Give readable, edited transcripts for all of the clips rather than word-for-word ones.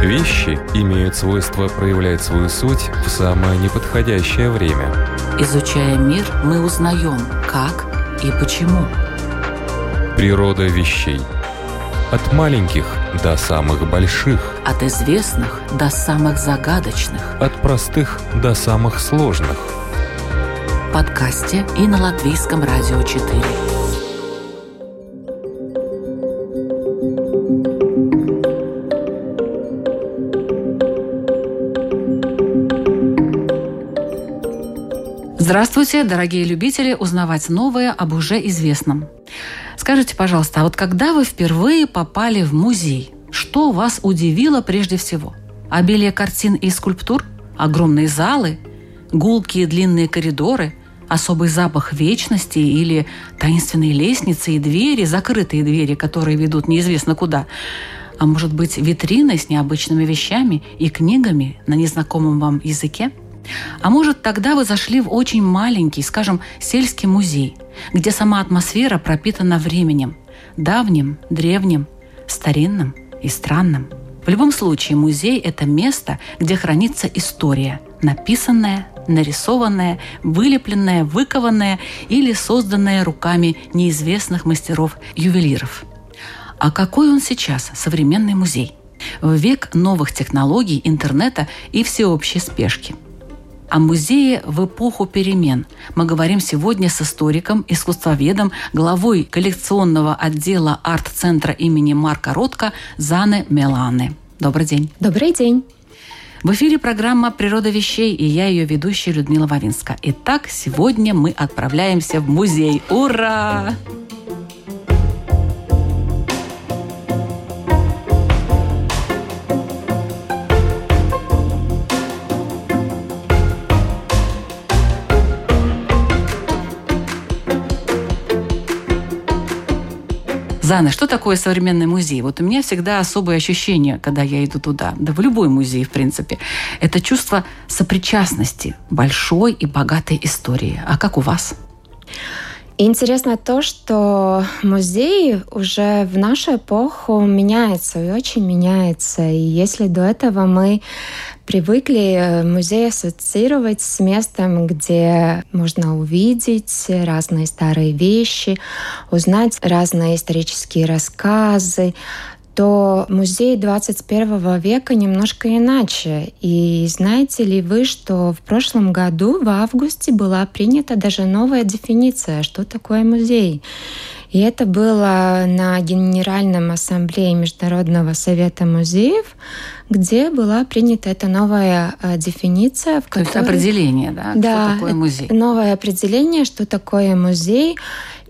Вещи имеют свойство проявлять свою суть в самое неподходящее время. Изучая мир, мы узнаем, как и почему. Природа вещей. От маленьких до самых больших. От известных до самых загадочных. От простых до самых сложных. В подкасте и на Латвийском радио 4. Здравствуйте, дорогие любители узнавать новое об уже известном. Скажите, пожалуйста, а вот когда вы впервые попали в музей, что вас удивило прежде всего? Обилие картин и скульптур? Огромные залы? Гулкие длинные коридоры? Особый запах вечности или таинственные лестницы и двери, закрытые двери, которые ведут неизвестно куда? А может быть, витрины с необычными вещами и книгами на незнакомом вам языке? А может, тогда вы зашли в очень маленький, скажем, сельский музей, где сама атмосфера пропитана временем, давним, древним, старинным и странным. В любом случае, музей – это место, где хранится история, написанная, нарисованная, вылепленная, выкованная или созданная руками неизвестных мастеров-ювелиров. А какой он сейчас, современный музей? В век новых технологий, интернета и всеобщей спешки. О музее в эпоху перемен мы говорим сегодня с историком, искусствоведом, главой коллекционного отдела арт-центра имени Марка Ротко Зане Мелане. Добрый день. Добрый день. В эфире программа «Природа вещей» и я, ее ведущая Людмила Вавинска. Итак, сегодня мы отправляемся в музей. Ура! Зана, что такое современный музей? Вот у меня всегда особые ощущения, когда я иду туда, да в любой музей, в принципе. Это чувство сопричастности большой и богатой истории. А как у вас? Интересно то, что музей уже в нашу эпоху меняется и очень меняется. И если до этого мы привыкли музей ассоциировать с местом, где можно увидеть разные старые вещи, узнать разные исторические рассказы, то музей 21 века немножко иначе. И знаете ли вы, что в прошлом году, в августе, была принята даже новая дефиниция, что такое музей? И это было на Генеральном ассамблее Международного совета музеев, где была принята эта новая дефиниция. То есть определение, да? Да, что такое музей? Новое определение, что такое музей.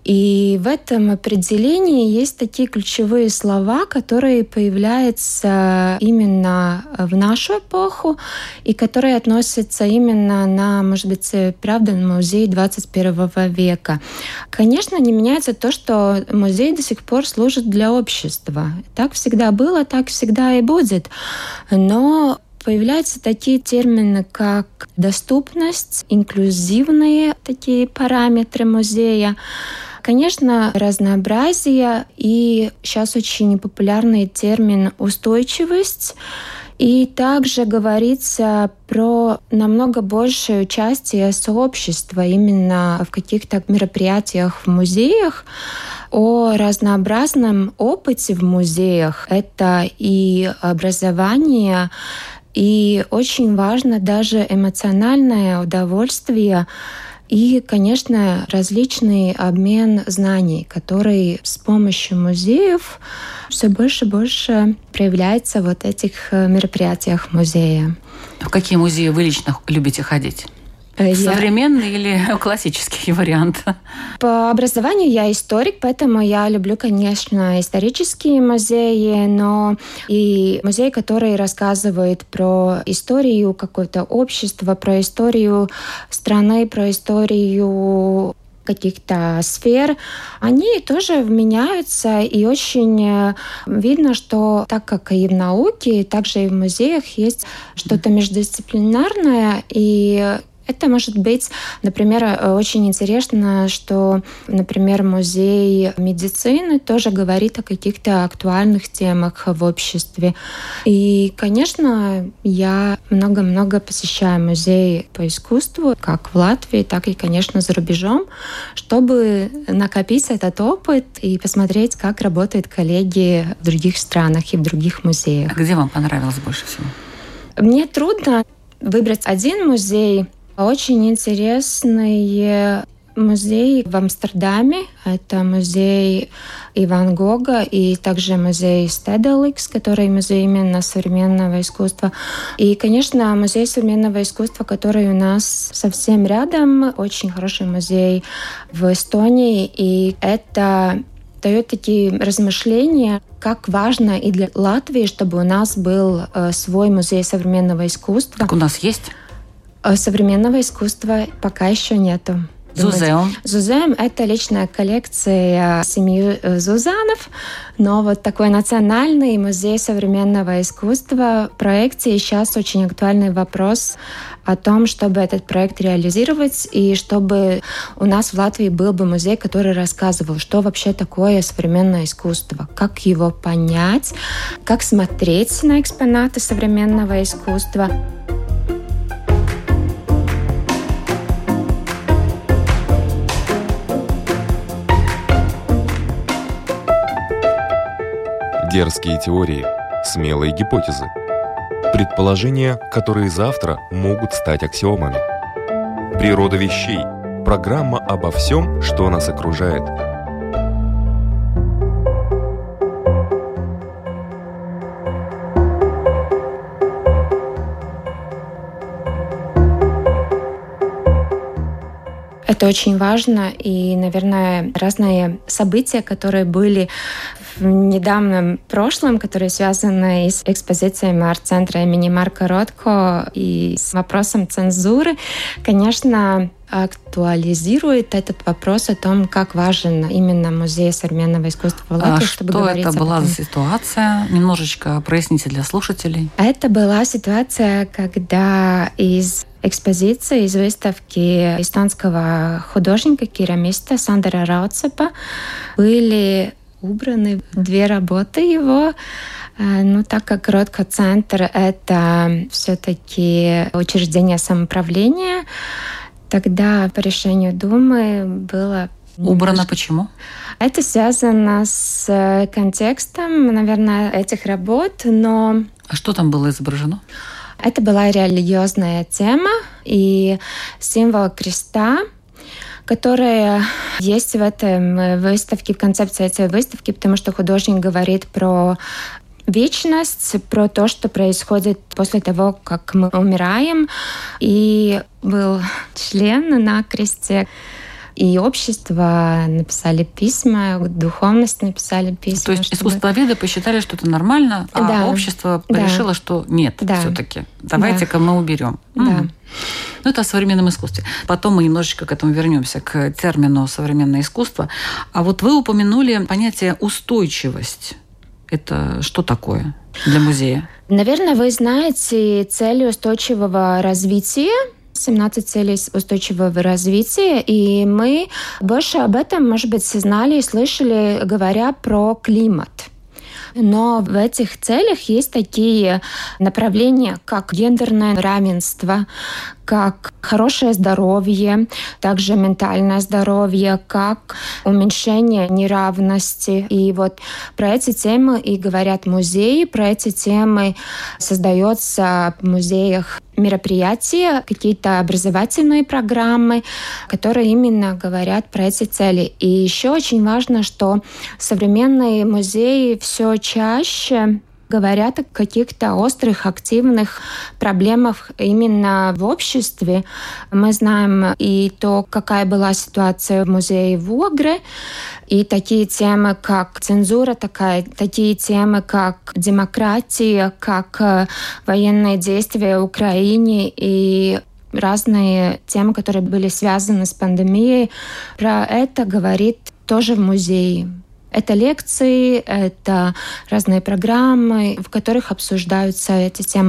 И в этом определении есть такие ключевые слова, которые появляются именно в нашу эпоху и которые относятся именно на, может быть, правда, музей 21 века. Конечно, не меняется то, что музей до сих пор служит для общества. Так всегда было, так всегда и будет. Но появляются такие термины, как доступность, инклюзивные такие параметры музея. Конечно, разнообразие и сейчас очень популярный термин «устойчивость». И также говорится про намного большее участие сообщества именно в каких-то мероприятиях в музеях, о разнообразном опыте в музеях. Это и образование, и очень важно даже эмоциональное удовольствие и, конечно, различный обмен знаний, который с помощью музеев все больше и больше проявляется в вот этих мероприятиях музея. В какие музеи вы лично любите ходить? Современный или классический вариант? По образованию я историк, поэтому я люблю, конечно, исторические музеи, но и музеи, которые рассказывают про историю какого-то общества, про историю страны, про историю каких-то сфер, они тоже меняются, и очень видно, что так как и в науке, так же и в музеях есть что-то междисциплинарное, и Это может быть, например, очень интересно, что, например, музей медицины тоже говорит о каких-то актуальных темах в обществе. И, конечно, я много-много посещаю музеи по искусству, как в Латвии, так и, конечно, за рубежом, чтобы накопить этот опыт и посмотреть, как работают коллеги в других странах и в других музеях. А где вам понравилось больше всего? Мне трудно выбрать один музей. Очень интересный музей в Амстердаме. Это музей Ван Гога и также музей Стеделикс, который музей именно современного искусства. И, конечно, музей современного искусства, который у нас совсем рядом, очень хороший музей в Эстонии. И это дает такие размышления, как важно и для Латвии, чтобы у нас был свой музей современного искусства. Так у нас есть? Современного искусства пока еще нету. Зузеум. Зузеум – это личная коллекция семьи Зузанов, но вот такой национальный музей современного искусства в проекте. И сейчас очень актуальный вопрос о том, чтобы этот проект реализировать, и чтобы у нас в Латвии был бы музей, который рассказывал, что вообще такое современное искусство, как его понять, как смотреть на экспонаты современного искусства. Дерзкие теории, смелые гипотезы, предположения, которые завтра могут стать аксиомами. Природа вещей. Программа обо всем, что нас окружает. Это очень важно, и, наверное, разные события, которые были в недавнем прошлом, которые связаны с экспозицией арт-центра имени Марка Ротко и с вопросом цензуры, конечно, актуализирует этот вопрос о том, как важен именно музей современного искусства в Латвии, чтобы говорить об этом. Что это была за ситуация? Немножечко проясните для слушателей. Это была ситуация, когда из экспозиции, из выставки эстонского художника-керамиста Сандера Рауцепа были убраны 2 работы его. Ну, так как Ротко-центр — это все-таки учреждение самоуправления, тогда по решению Думы было... Убрано почему? Это связано с контекстом, наверное, этих работ, но... А что там было изображено? Это была религиозная тема и символ креста, которая есть в этой выставке, в концепции этой выставки, потому что художник говорит про вечность, про то, что происходит после того, как мы умираем. И был член на кресте, и общество написали письма, духовность написали письма. То есть искусствоведы посчитали, что это нормально, а общество решило, что нет, все-таки. Давайте-ка мы уберем. Да. Ну, это о современном искусстве. Потом мы немножечко к этому вернемся, к термину «современное искусство». А вот вы упомянули понятие «устойчивость». Это что такое для музея? Наверное, вы знаете цели устойчивого развития, 17 целей устойчивого развития, и мы больше об этом, может быть, знали и слышали, говоря про климат. Но в этих целях есть такие направления, как гендерное равенство, как хорошее здоровье, также ментальное здоровье, как уменьшение неравности. И вот про эти темы и говорят музеи, про эти темы создается в музеях мероприятия, какие-то образовательные программы, которые именно говорят про эти цели. И еще очень важно, что современные музеи все чаще говорят о каких-то острых, активных проблемах именно в обществе. Мы знаем и то, какая была ситуация в музее в Огре, и такие темы, как цензура, такие темы, как демократия, как военные действия в Украине и разные темы, которые были связаны с пандемией. Про это говорит тоже в музее. Это лекции, это разные программы, в которых обсуждаются эти темы.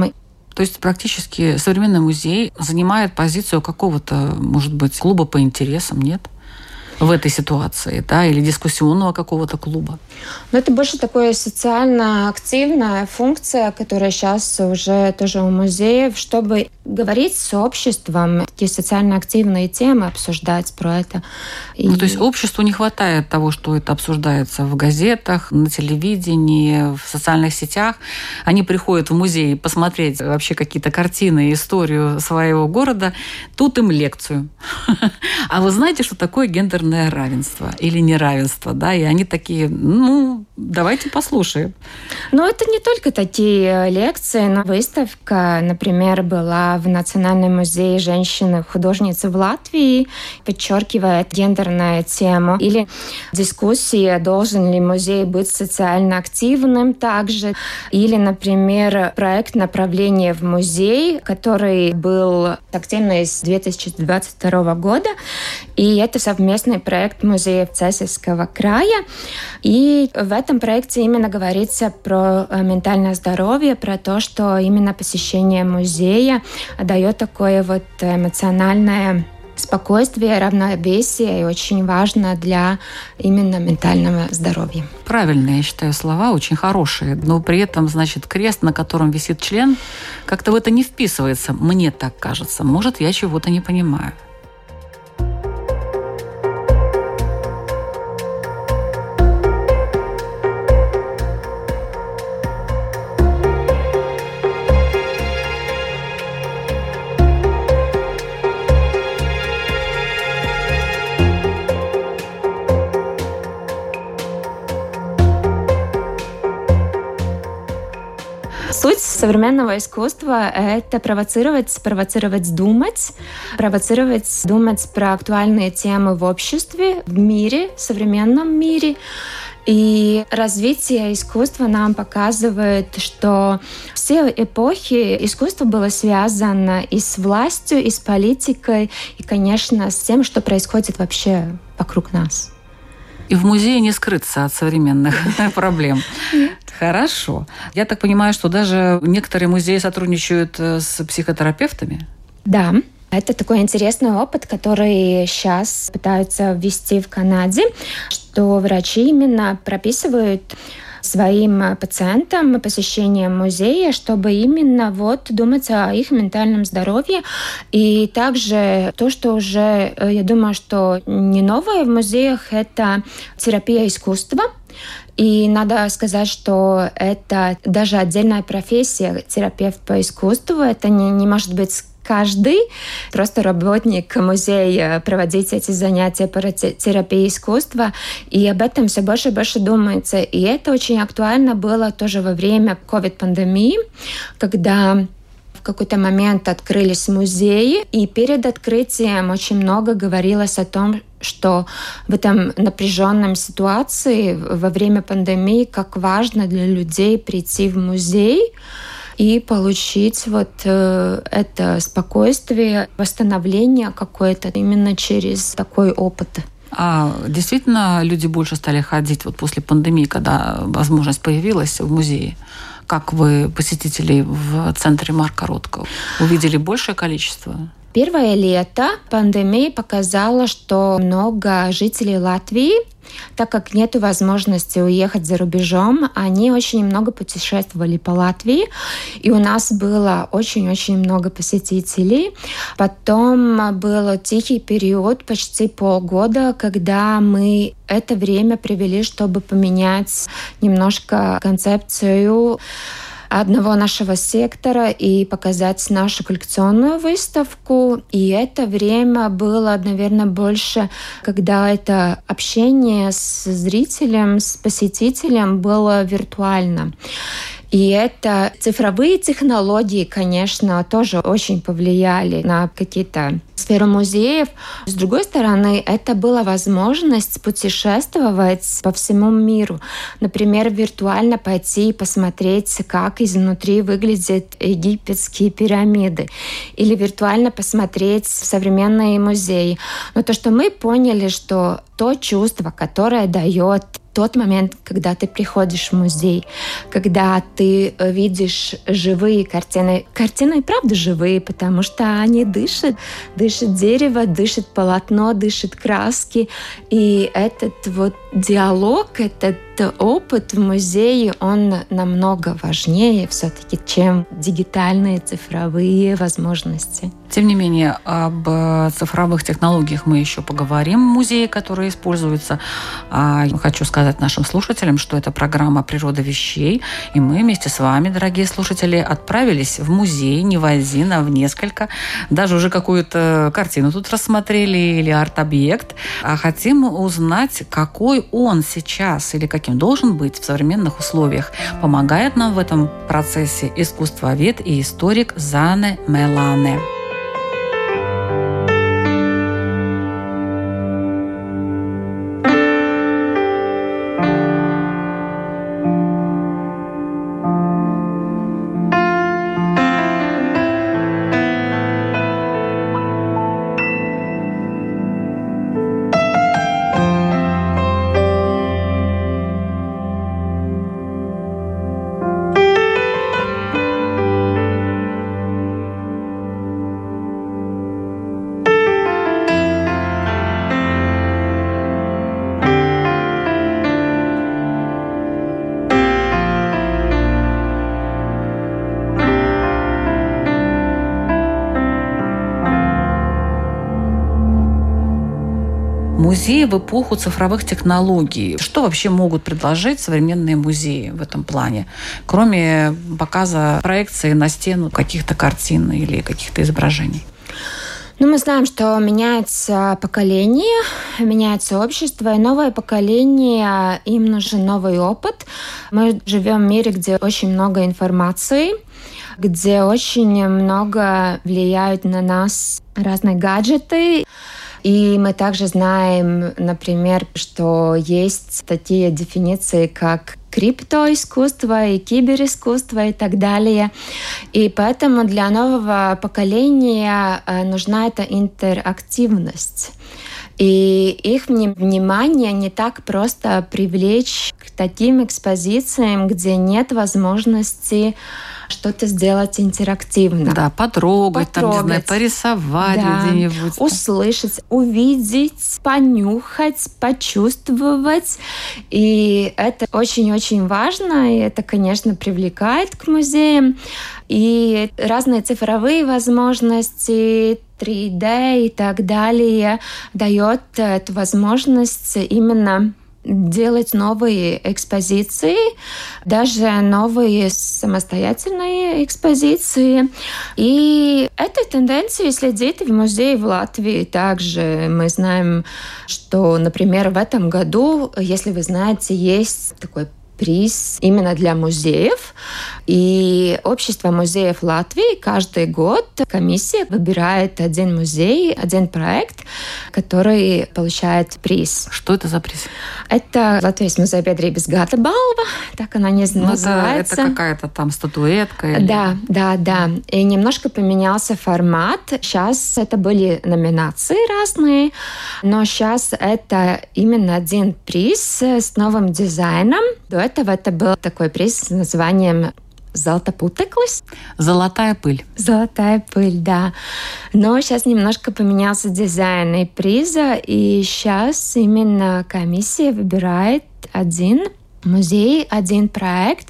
То есть практически современный музей занимает позицию какого-то, может быть, клуба по интересам, нет? В этой ситуации, да, или дискуссионного какого-то клуба? Но это больше такая социально активная функция, которая сейчас уже тоже у музеев, чтобы говорить с обществом, такие социально активные темы обсуждать про это. То есть обществу не хватает того, что это обсуждается в газетах, на телевидении, в социальных сетях. Они приходят в музей посмотреть вообще какие-то картины, историю своего города. Тут им лекцию. А вы знаете, что такое гендерное равенство или неравенство, да, и они такие, давайте послушаем. Но это не только такие лекции, но выставка, например, была в Национальном музее женщины-художницы в Латвии, подчеркивает гендерную тему, или дискуссия, должен ли музей быть социально активным также, или, например, проект направления в музей, который был активный с 2022 года, и это совместный проект музеев Цесийского края. И в этом проекте именно говорится про ментальное здоровье, про то, что именно посещение музея дает такое вот эмоциональное спокойствие, равновесие, и очень важно для именно ментального здоровья. Правильно, я считаю, слова очень хорошие, но при этом, значит, крест, на котором висит член, как-то в это не вписывается. Мне так кажется. Может, я чего-то не понимаю. Суть современного искусства – это провоцировать думать про актуальные темы в обществе, в мире, в современном мире. И развитие искусства нам показывает, что все эпохи искусство было связано и с властью, и с политикой, и, конечно, с тем, что происходит вообще вокруг нас. И в музее не скрыться от современных проблем. Нет. Хорошо. Я так понимаю, что даже некоторые музеи сотрудничают с психотерапевтами? Да. Это такой интересный опыт, который сейчас пытаются ввести в Канаде, что врачи именно прописывают своим пациентам посещение музея, чтобы именно думать о их ментальном здоровье. И также то, что уже, я думаю, что не новое в музеях, это терапия искусства. И надо сказать, что это даже отдельная профессия, терапевт по искусству. Это не может быть каждый просто работник музея проводить эти занятия по терапии искусства. И об этом все больше и больше думается. И это очень актуально было тоже во время ковид-пандемии, когда в какой-то момент открылись музеи, и перед открытием очень много говорилось о том, что в этом напряженном ситуации во время пандемии, как важно для людей прийти в музей и получить это спокойствие, восстановление какое-то именно через такой опыт. А действительно люди больше стали ходить после пандемии, когда возможность появилась в музее? Как вы посетителей в центре Марка Ротко увидели большее количество? Первое лето пандемии показало, что много жителей Латвии, так как нет возможности уехать за рубежом, они очень много путешествовали по Латвии, и у нас было очень-очень много посетителей. Потом был тихий период, почти полгода, когда мы это время привели, чтобы поменять немножко концепцию одного нашего сектора и показать нашу коллекционную выставку. И это время было, наверное, больше, когда это общение с зрителем, с посетителем было виртуально. И это цифровые технологии, конечно, тоже очень повлияли на какие-то сферы музеев. С другой стороны, это была возможность путешествовать по всему миру. Например, виртуально пойти и посмотреть, как изнутри выглядят египетские пирамиды. Или виртуально посмотреть современные музеи. Но то, что мы поняли, что то чувство, которое дает тот момент, когда ты приходишь в музей, когда ты видишь живые картины. Картины и правда живые, потому что они дышат. Дышит дерево, дышит полотно, дышит краски. И этот вот диалог, этот опыт в музее, он намного важнее все-таки, чем дигитальные цифровые возможности. Тем не менее, об цифровых технологиях мы еще поговорим в музее, которые используются. Хочу сказать нашим слушателям, что это программа «Природа вещей», и мы вместе с вами, дорогие слушатели, отправились в музей не в один, а в несколько. Даже уже какую-то картину тут рассмотрели или арт-объект. А хотим узнать, какой он сейчас или каким должен быть в современных условиях. Помогает нам в этом процессе искусствовед и историк Зане Мелане. Музеи в эпоху цифровых технологий. Что вообще могут предложить современные музеи в этом плане, кроме показа проекции на стену каких-то картин или каких-то изображений? Мы знаем, что меняется поколение, меняется общество, и новое поколение, им нужен новый опыт. Мы живем в мире, где очень много информации, где очень много влияют на нас разные гаджеты. И мы также знаем, например, что есть такие дефиниции, как криптоискусство и киберискусство и так далее. И поэтому для нового поколения нужна эта интерактивность. И их внимание не так просто привлечь к таким экспозициям, где нет возможности что-то сделать интерактивно. Да, потрогать. Там, не знаю, порисовать где-нибудь. Услышать, увидеть, понюхать, почувствовать. И это очень-очень важно, и это, конечно, привлекает к музеям. И разные цифровые возможности, 3D и так далее, дает эту возможность именно делать новые экспозиции, даже новые самостоятельные экспозиции. И этой тенденцией следит в музее в Латвии. Также мы знаем, что, например, в этом году, если вы знаете, есть такой приз именно для музеев. И Общество музеев Латвии каждый год комиссия выбирает один музей, один проект, который получает приз. Что это за приз? Это Латвийс музей биedrības gada balva, так она не называется. Это какая-то там статуэтка? Или... Да. И немножко поменялся формат. Сейчас это были номинации разные, но сейчас это именно один приз с новым дизайном. До этого это был такой приз с названием «Zelta puteklis». Золотая пыль. Золотая пыль, да. Но сейчас немножко поменялся дизайн и приза, и сейчас именно комиссия выбирает один музей, один проект.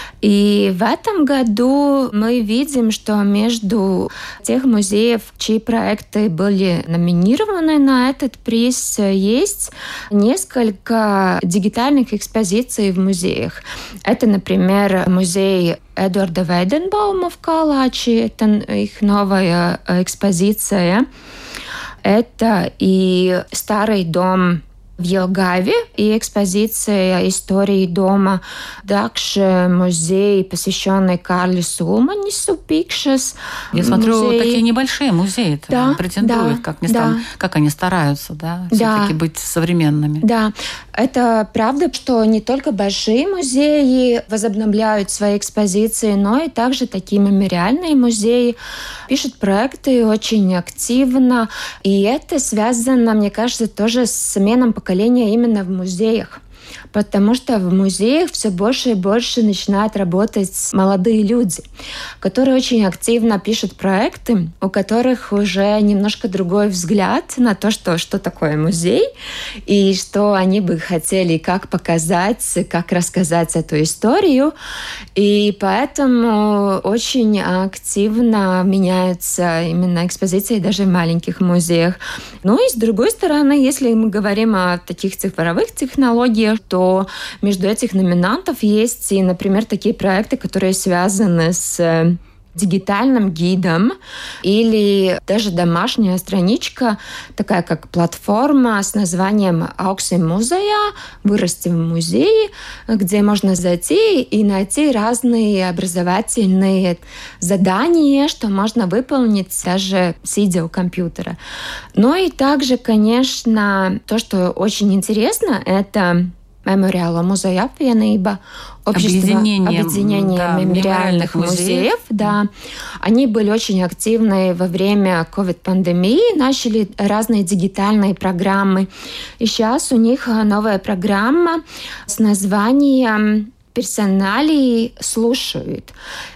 И в этом году мы видим, что между тех музеев, чьи проекты были номинированы на этот приз, есть несколько дигитальных экспозиций в музеях. Это, например, музей Эдуарда Вейденбаума в Калачи, это их новая экспозиция. Это и старый дом в Елгаве и экспозиция истории дома. Также музей, посвященный Карлю Сулманису Пикшес. Я смотрю, такие небольшие музеи претендуют, как они стараются, все-таки быть современными. Да, это правда, что не только большие музеи возобновляют свои экспозиции, но и также такие мемориальные музеи пишут проекты очень активно. И это связано, мне кажется, тоже с сменой поколения именно в музеях. потому что в музеях все больше и больше начинают работать молодые люди, которые очень активно пишут проекты, у которых уже немножко другой взгляд на то, что такое музей, и что они бы хотели, как показать, как рассказать эту историю. И поэтому очень активно меняются именно экспозиции даже в маленьких музеях. Ну и с другой стороны, если мы говорим о таких цифровых технологиях, то между этих номинантов есть, и, например, такие проекты, которые связаны с дигитальным гидом или даже домашняя страничка, такая как платформа с названием «Augsim музея», «Вырасти в музее», где можно зайти и найти разные образовательные задания, что можно выполнить даже сидя у компьютера. Ну и также, конечно, то, что очень интересно, это Мемориала музея Apvienība, объединение мемориальных музеев. Да. Они были очень активны во время COVID-пандемии, начали разные дигитальные программы. И сейчас у них новая программа с названием «Персоналии слушают».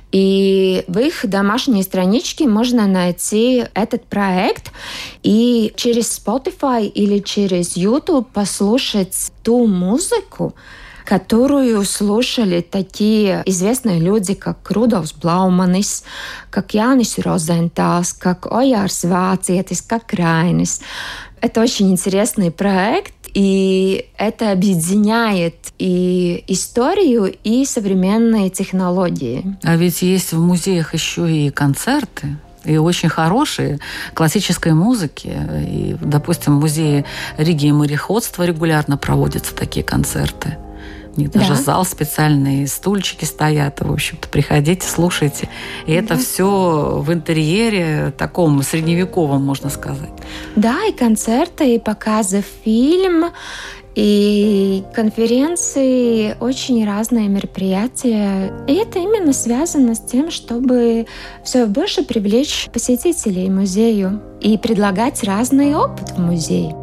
И в их домашней страничке можно найти этот проект и через Spotify или через YouTube послушать ту музыку, которую слушали такие известные люди, как Рудolfs Blaumannис, как Jānis Rozentals, как Ojārs Vācietis, как Rainis. Это очень интересный проект, и это объединяет и историю, и современные технологии. А ведь есть в музеях еще и концерты, и очень хорошие классической музыки. И, допустим, в музее Риги и мореходства регулярно проводятся такие концерты. У них даже зал специальный, стульчики стоят. В общем-то, приходите, слушайте. И это все в интерьере таком средневековом, можно сказать. Да, и концерты, и показы фильм, и конференции, очень разные мероприятия. И это именно связано с тем, чтобы все больше привлечь посетителей музею и предлагать разный опыт в музее.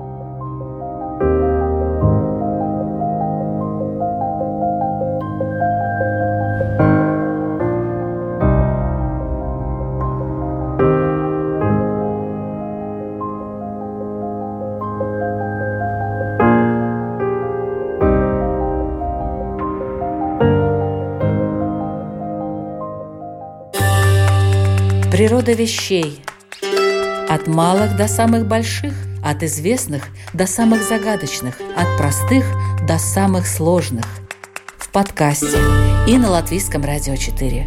Природа вещей. От малых до самых больших, от известных до самых загадочных, от простых до самых сложных. В подкасте и на Латвийском радио 4.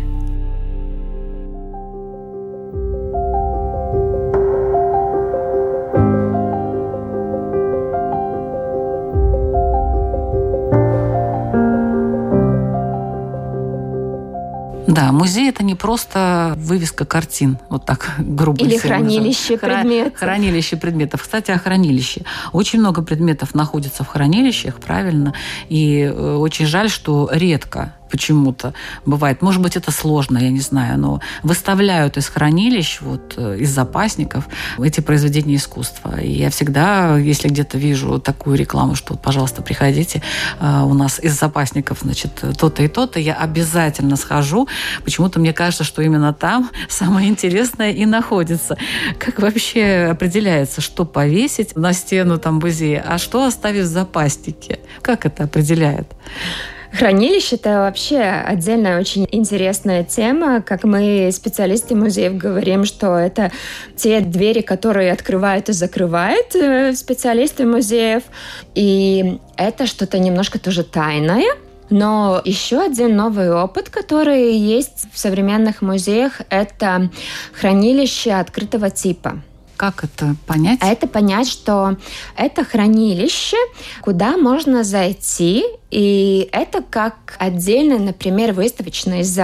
Да, музей – это не просто вывеска картин, вот так грубо. Или хранилище предметов. Хранилище предметов. Кстати, о хранилище. Очень много предметов находится в хранилищах, правильно, и очень жаль, что редко почему-то бывает. Может быть, это сложно, я не знаю, но выставляют из хранилищ, вот, из запасников эти произведения искусства. И я всегда, если где-то вижу такую рекламу, что, пожалуйста, приходите, у нас из запасников, значит, то-то и то-то, я обязательно схожу. Почему-то мне кажется, что именно там самое интересное и находится. Как вообще определяется, что повесить на стену там музея, а что оставить в запаснике? Как это определяет? Хранилище – это вообще отдельная очень интересная тема. Как мы, специалисты музеев, говорим, что это те двери, которые открывают и закрывают специалисты музеев. И это что-то немножко тоже тайное. Но еще один новый опыт, который есть в современных музеях, это хранилище открытого типа. Как это понять? А это понять, что это хранилище, куда можно зайти, и это как отдельный, например, выставочный зал,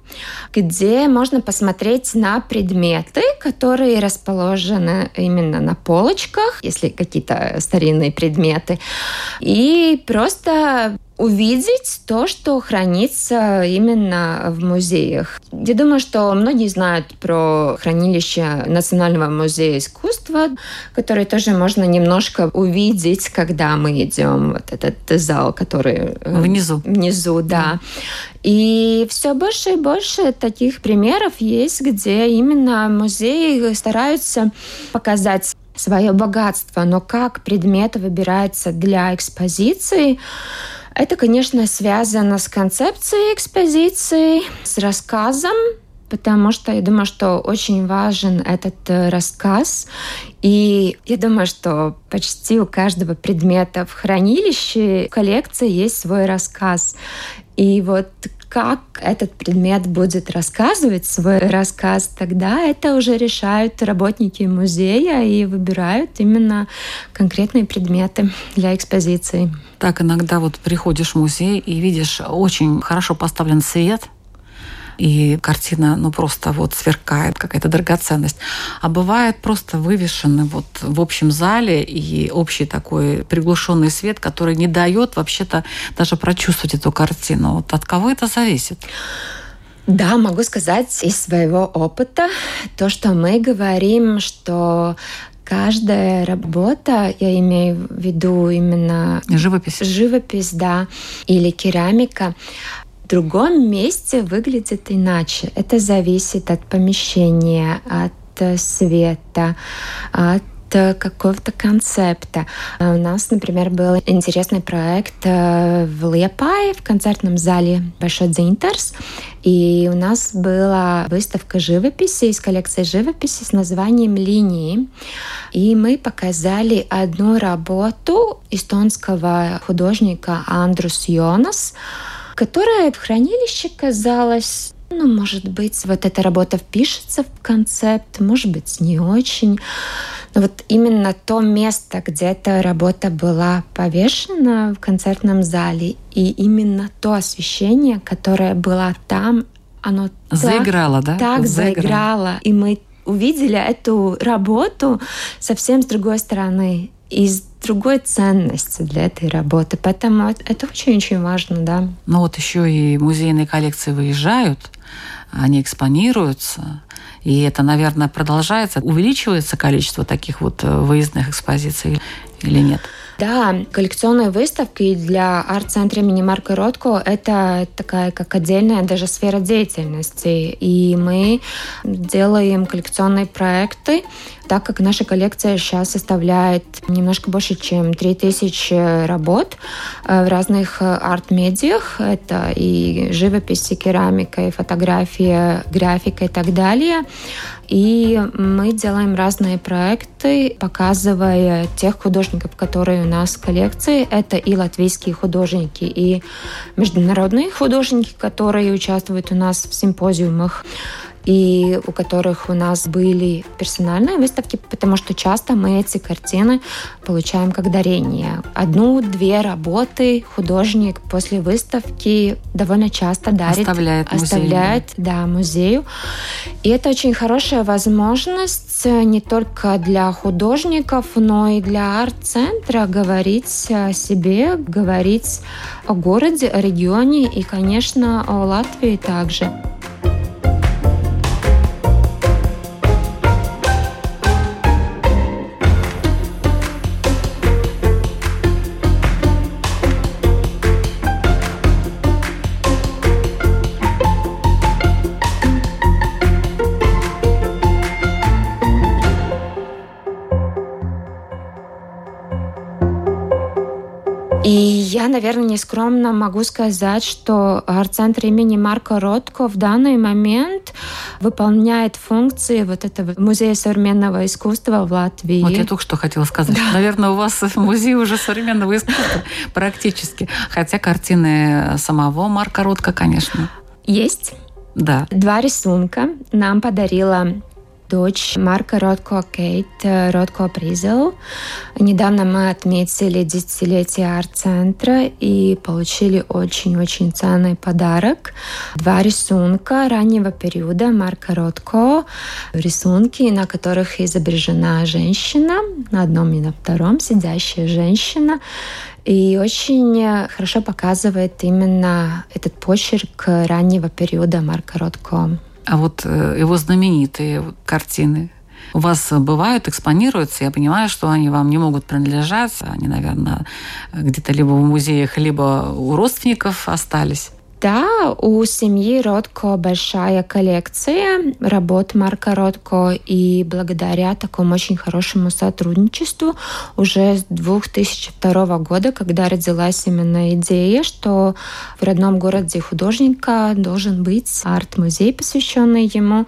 где можно посмотреть на предметы, которые расположены именно на полочках, если какие-то старинные предметы, и просто увидеть то, что хранится именно в музеях. Я думаю, что многие знают про хранилище Национального музея искусства, которое тоже можно немножко увидеть, когда мы идем в этот зал, который внизу, да. И все больше и больше таких примеров есть, где именно музеи стараются показать свое богатство, но как предмет выбирается для экспозиции, это, конечно, связано с концепцией экспозиции, с рассказом, потому что я думаю, что очень важен этот рассказ. И я думаю, что почти у каждого предмета в хранилище, в коллекции есть свой рассказ. И вот как этот предмет будет рассказывать свой рассказ, тогда это уже решают работники музея и выбирают именно конкретные предметы для экспозиции. Так иногда вот приходишь в музей и видишь очень хорошо поставлен свет, и картина, просто вот сверкает, какая-то драгоценность. А бывает просто вывешены вот в общем зале и общий такой приглушенный свет, который не дает вообще-то даже прочувствовать эту картину. Вот от кого это зависит? Да, могу сказать из своего опыта то, что мы говорим, что каждая работа, я имею в виду именно живопись, да, или керамика, в другом месте выглядит иначе. Это зависит от помещения, от света, от какого-то концепта. У нас, например, был интересный проект в Liepāje, в концертном зале Большой Дзинтерс. И у нас была выставка живописи из коллекции живописи с названием «Линии». И мы показали одну работу эстонского художника Андрус Йонас, которая в хранилище казалась, может быть, вот эта работа впишется в концепт, может быть, не очень. Но вот именно то место, где эта работа была повешена в концертном зале, и именно то освещение, которое было там, оно заиграло, так заиграло. И мы увидели эту работу совсем с другой стороны, из другой ценности для этой работы. Поэтому это очень-очень важно, да. Но вот еще и музейные коллекции выезжают, они экспонируются, и это, наверное, продолжается. Увеличивается количество таких вот выездных экспозиций или нет? Да, коллекционные выставки для арт-центра имени Марка Ротко – это такая как отдельная даже сфера деятельности. И мы делаем коллекционные проекты, так как наша коллекция сейчас составляет немножко больше, чем 3000 работ в разных арт-медиах. Это и живопись, и керамика, и фотография, графика и так далее. И мы делаем разные проекты, показывая тех художников, которые у нас в коллекции. Это и латвийские художники, и международные художники, которые участвуют у нас в симпозиумах, и у которых у нас были персональные выставки, потому что часто мы эти картины получаем как дарение. 1-2 работы художник после выставки довольно часто дарит. Оставляет музею. И это очень хорошая возможность не только для художников, но и для арт-центра говорить о себе, говорить о городе, о регионе и, конечно, о Латвии также. И я, наверное, нескромно могу сказать, что арт-центр имени Марка Ротко в данный момент выполняет функции вот этого музея современного искусства в Латвии. Вот я только что хотела сказать. Да. Наверное, у вас музей уже современного искусства практически. Хотя картины самого Марка Ротко, конечно. Есть. Да. 2 рисунка нам подарила дочь Марка Ротко Кейт Ротко Призел. Недавно мы отметили 10-летие арт-центра и получили очень-очень ценный подарок. 2 рисунка раннего периода Марка Ротко. Рисунки, на которых изображена женщина, на одном и на втором сидящая женщина. И очень хорошо показывает именно этот почерк раннего периода Марка Ротко. А вот его знаменитые картины у вас бывают, экспонируются? Я понимаю, что они вам не могут принадлежать. Они, наверное, где-то либо в музеях, либо у родственников остались. Да, у семьи Ротко большая коллекция работ Марка Ротко, и благодаря такому очень хорошему сотрудничеству уже с 2002 года, когда родилась именно идея, что в родном городе художника должен быть арт-музей, посвященный ему.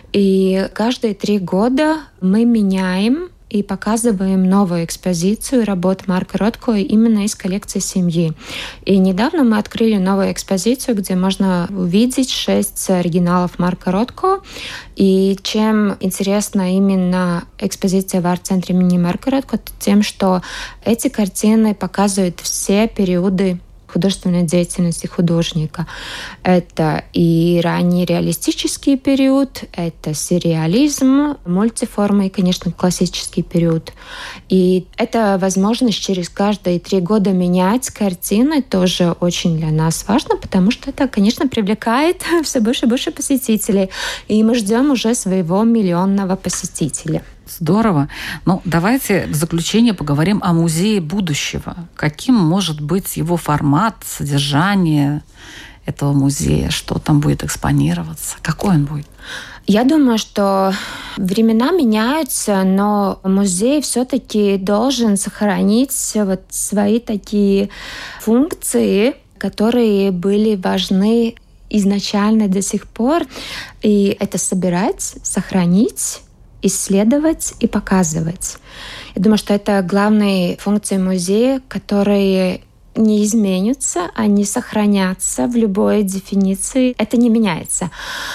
И каждые 3 года мы меняем и показываем новую экспозицию работ Марка Ротко именно из коллекции семьи. И недавно мы открыли новую экспозицию, где можно увидеть 6 оригиналов Марка Ротко. И чем интересна именно экспозиция в арт-центре имени Марка Ротко, тем, что эти картины показывают все периоды художественной деятельности художника. Это и ранний реалистический период, это сюрреализм, мультиформа и, конечно, классический период. И это возможность через каждые 3 года менять картины тоже очень для нас важно, потому что это, конечно, привлекает все больше и больше посетителей. И мы ждем уже своего 1 миллионного посетителя. Здорово. Ну, давайте в заключение поговорим о музее будущего. Каким может быть его формат, содержание этого музея? Что там будет экспонироваться? Какой он будет? Я думаю, что времена меняются, но музей все-таки должен сохранить вот свои такие функции, которые были важны изначально до сих пор. И это собирать, сохранить, исследовать и показывать. Я думаю, что это главные функции музея, которые не изменятся, они сохранятся в любой дефиниции. Это не меняется.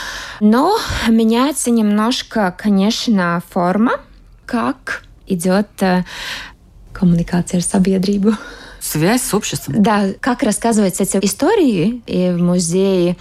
Но меняется немножко, конечно, форма, как идет коммуникация с sabiedrību. Связь с обществом. Да, как рассказывать эти истории и в музее.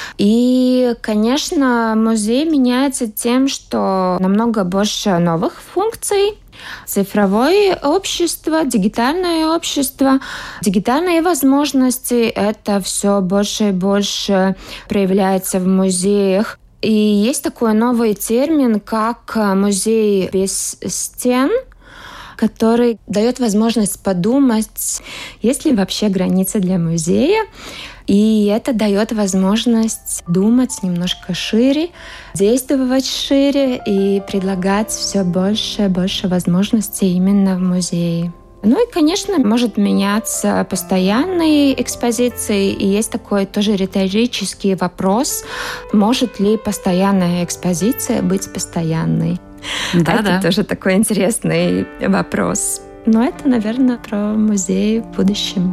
И, конечно, музей меняется тем, что намного больше новых функций. Цифровое общество, дигитальное общество, дигитальные возможности — это все больше и больше проявляется в музеях. И есть такой новый термин, как музей без стен, который дает возможность подумать, есть ли вообще границы для музея. И это дает возможность думать немножко шире, действовать шире и предлагать все больше и больше возможностей именно в музее. Ну и, конечно, может меняться постоянные экспозиции. И есть такой тоже риторический вопрос, может ли постоянная экспозиция быть постоянной? Это тоже такой интересный вопрос. Но это, наверное, про музей в будущем.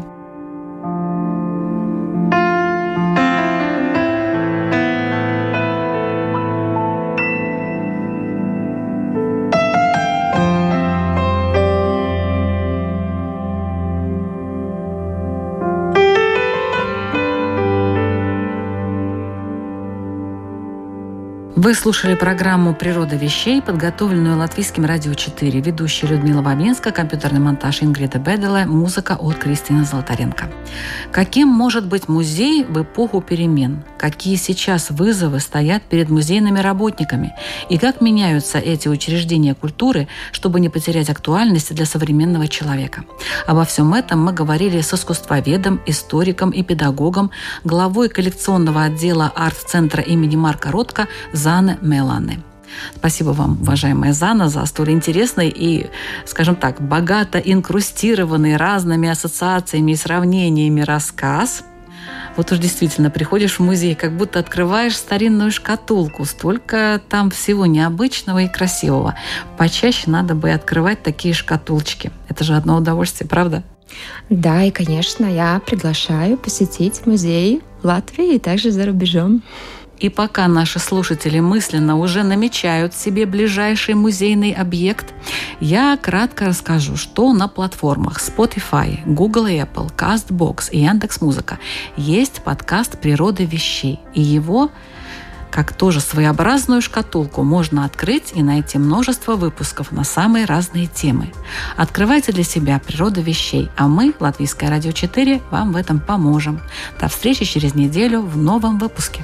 Вы слушали программу «Природа вещей», подготовленную Латвийским радио 4. Ведущая Людмила Бабинска, компьютерный монтаж Ингрида Беделе, музыка от Кристины Золотаренко. Каким может быть музей в эпоху перемен? Какие сейчас вызовы стоят перед музейными работниками? И как меняются эти учреждения культуры, чтобы не потерять актуальность для современного человека? Обо всем этом мы говорили с искусствоведом, историком и педагогом, главой коллекционного отдела арт-центра имени Марка Ротко Зане Мелане. Спасибо вам, уважаемая Зана, за столь интересный и, скажем так, богато инкрустированный разными ассоциациями и сравнениями рассказ. Вот уж действительно приходишь в музей, как будто открываешь старинную шкатулку. Столько там всего необычного и красивого. Почаще надо бы открывать такие шкатулочки. Это же одно удовольствие, правда? Да, и, конечно, я приглашаю посетить музей в Латвии и также за рубежом. И пока наши слушатели мысленно уже намечают себе ближайший музейный объект, я кратко расскажу, что на платформах Spotify, Google и Apple, CastBox и Яндекс.Музыка есть подкаст «Природа вещей». И его, как тоже своеобразную шкатулку, можно открыть и найти множество выпусков на самые разные темы. Открывайте для себя «Природа вещей», а мы, Латвийское радио 4, вам в этом поможем. До встречи через неделю в новом выпуске.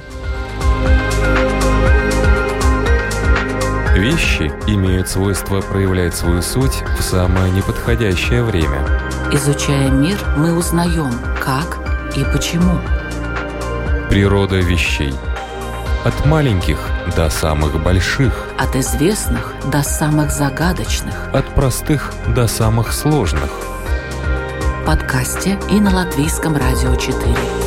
Вещи имеют свойство проявлять свою суть в самое неподходящее время. Изучая мир, мы узнаем, как и почему. Природа вещей. От маленьких до самых больших. От известных до самых загадочных. От простых до самых сложных. В подкасте и на Латвийском радио 4.